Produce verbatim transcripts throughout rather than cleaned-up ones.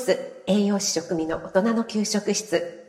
ス栄養士食味の大人の給食室。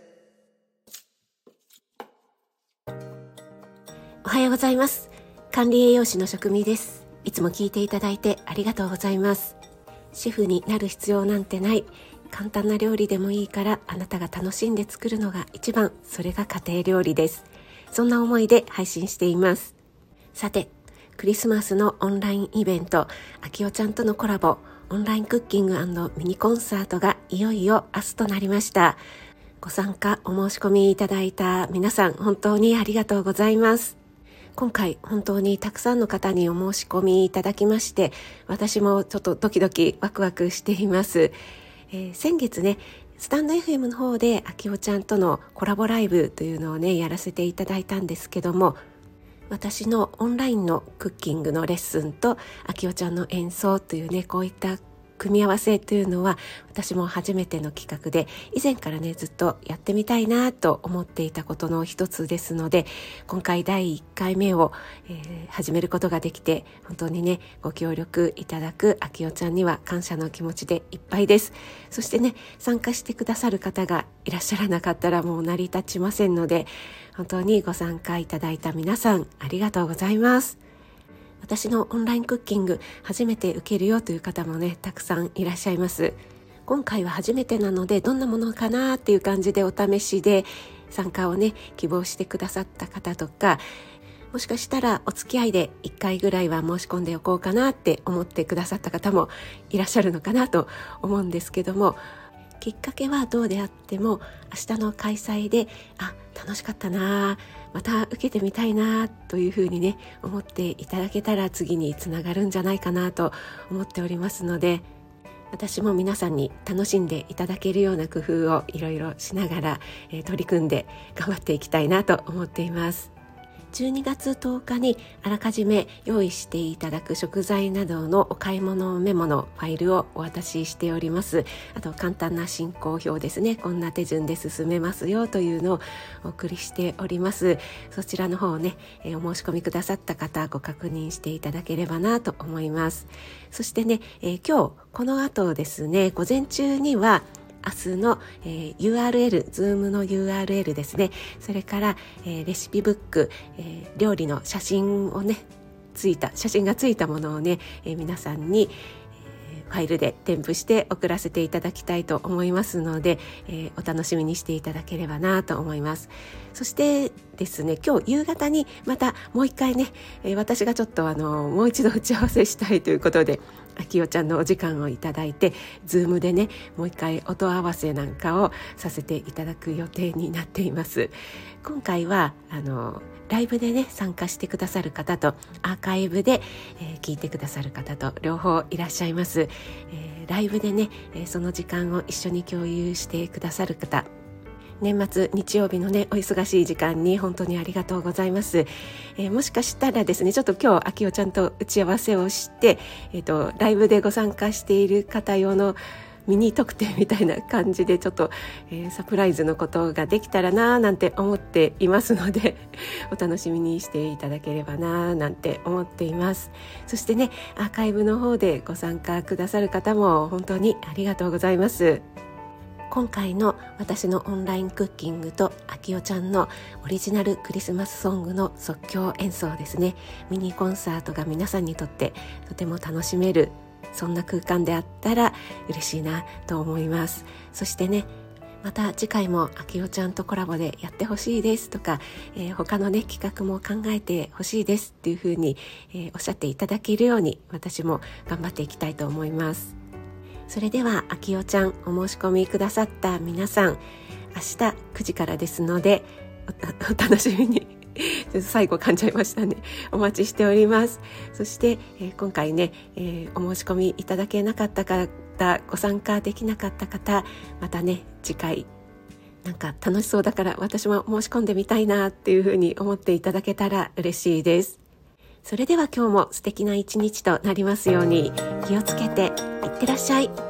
おはようございます。管理栄養士の食味です。いつも聞いていただいてありがとうございます。シェフになる必要なんてない、簡単な料理でもいいからあなたが楽しんで作るのが一番、それが家庭料理です。そんな思いで配信しています。さて、クリスマスのオンラインイベント、あきおちゃんとのコラボオンラインクッキング&ミニコンサートがいよいよ明日となりました。ご参加お申し込みいただいた皆さん、本当にありがとうございます。今回本当にたくさんの方にお申し込みいただきまして、私もちょっとドキドキワクワクしています。えー、先月ね、スタンド エフエム の方であきおちゃんとのコラボライブというのをねやらせていただいたんですけども、私のオンラインのクッキングのレッスンとあきおちゃんの演奏というね、こういった組み合わせというのは私も初めての企画で、以前からねずっとやってみたいなと思っていたことの一つですので、今回だいいっかいめを、えー、始めることができて、本当にねご協力いただくあきおちゃんには感謝の気持ちでいっぱいです。そしてね、参加してくださる方がいらっしゃらなかったらもう成り立ちませんので、本当にご参加いただいた皆さんありがとうございます。私のオンラインクッキング初めて受けるよという方もねたくさんいらっしゃいます。今回は初めてなのでどんなものかなっていう感じでお試しで参加をね希望してくださった方とか、もしかしたらお付き合いでいっかいぐらいは申し込んでおこうかなって思ってくださった方もいらっしゃるのかなと思うんですけども、きっかけはどうであっても明日の開催であ楽しかったな、また受けてみたいなというふうにね思っていただけたら次につながるんじゃないかなと思っておりますので、私も皆さんに楽しんでいただけるような工夫をいろいろしながら、えー、取り組んで頑張っていきたいなと思っています。じゅうにがつとおかにあらかじめ用意していただく食材などのお買い物メモのファイルをお渡ししております。あと簡単な進行表ですね、こんな手順で進めますよというのをお送りしております。そちらの方をね、えー、お申し込みくださった方ご確認していただければなと思います。そしてね、えー、今日この後ですね、午前中には明日の、えー、ユーアールエル、Zoom の ユーアールエル ですね、それから、えー、レシピブック、えー、料理の写真をねついた写真がついたものをね、えー、皆さんに、えー、ファイルで添付して送らせていただきたいと思いますので、えー、お楽しみにしていただければなと思います。そしてですね、今日夕方にまたもう一回ね、えー、私がちょっとあのもう一度打ち合わせしたいということで、あきおちゃんのお時間をいただいて、ズームでねもう一回音合わせなんかをさせていただく予定になっています。今回はあのライブでね参加してくださる方とアーカイブで、えー、聞いてくださる方と両方いらっしゃいます。えー、ライブでね、えー、その時間を一緒に共有してくださる方、年末日曜日のねお忙しい時間に本当にありがとうございます。えー、もしかしたらですね、ちょっと今日あきおちゃんと打ち合わせをして、えーと、ライブでご参加している方用のミニ特典みたいな感じでちょっと、えー、サプライズのことができたらななんて思っていますのでお楽しみにしていただければななんて思っています。そしてね、アーカイブの方でご参加くださる方も本当にありがとうございます。今回の私のオンラインクッキングとあきおちゃんのオリジナルクリスマスソングの即興演奏ですね、ミニコンサートが皆さんにとってとても楽しめる、そんな空間であったら嬉しいなと思います。そしてね、また次回もあきおちゃんとコラボでやってほしいですとか、えー、他のね企画も考えてほしいですっていうふうに、えー、おっしゃっていただけるように私も頑張っていきたいと思います。それではあきおちゃん、お申し込みくださった皆さん、明日くじからですので お, お楽しみにちょっと最後噛んじゃいましたね。お待ちしております。そして、えー、今回ね、えー、お申し込みいただけなかった方、ご参加できなかった方、またね次回なんか楽しそうだから私も申し込んでみたいなっていうふうに思っていただけたら嬉しいです。それでは今日も素敵な一日となりますように、気をつけていってらっしゃい。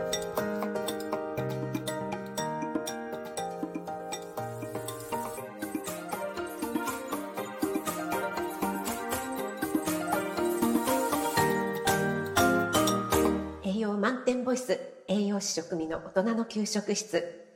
栄養満点ボイス栄養士食味の大人の給食室。